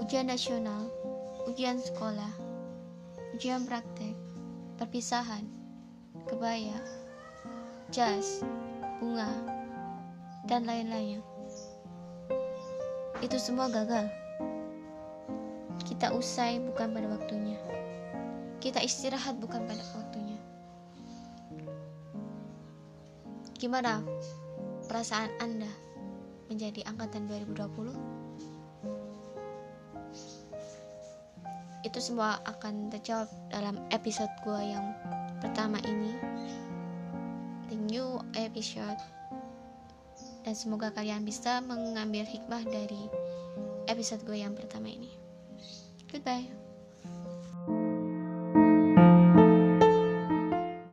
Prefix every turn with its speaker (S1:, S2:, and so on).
S1: ujian nasional, ujian sekolah, ujian praktek, perpisahan, kebaya, jas, bunga, dan lain-lainnya. Itu semua gagal. Kita usai bukan pada waktunya. Kita istirahat bukan pada waktunya. Gimana perasaan Anda menjadi angkatan 2020? Itu semua akan terjawab dalam episode gue yang pertama ini, the new episode. Dan semoga kalian bisa mengambil hikmah dari episode gue yang pertama ini. Goodbye.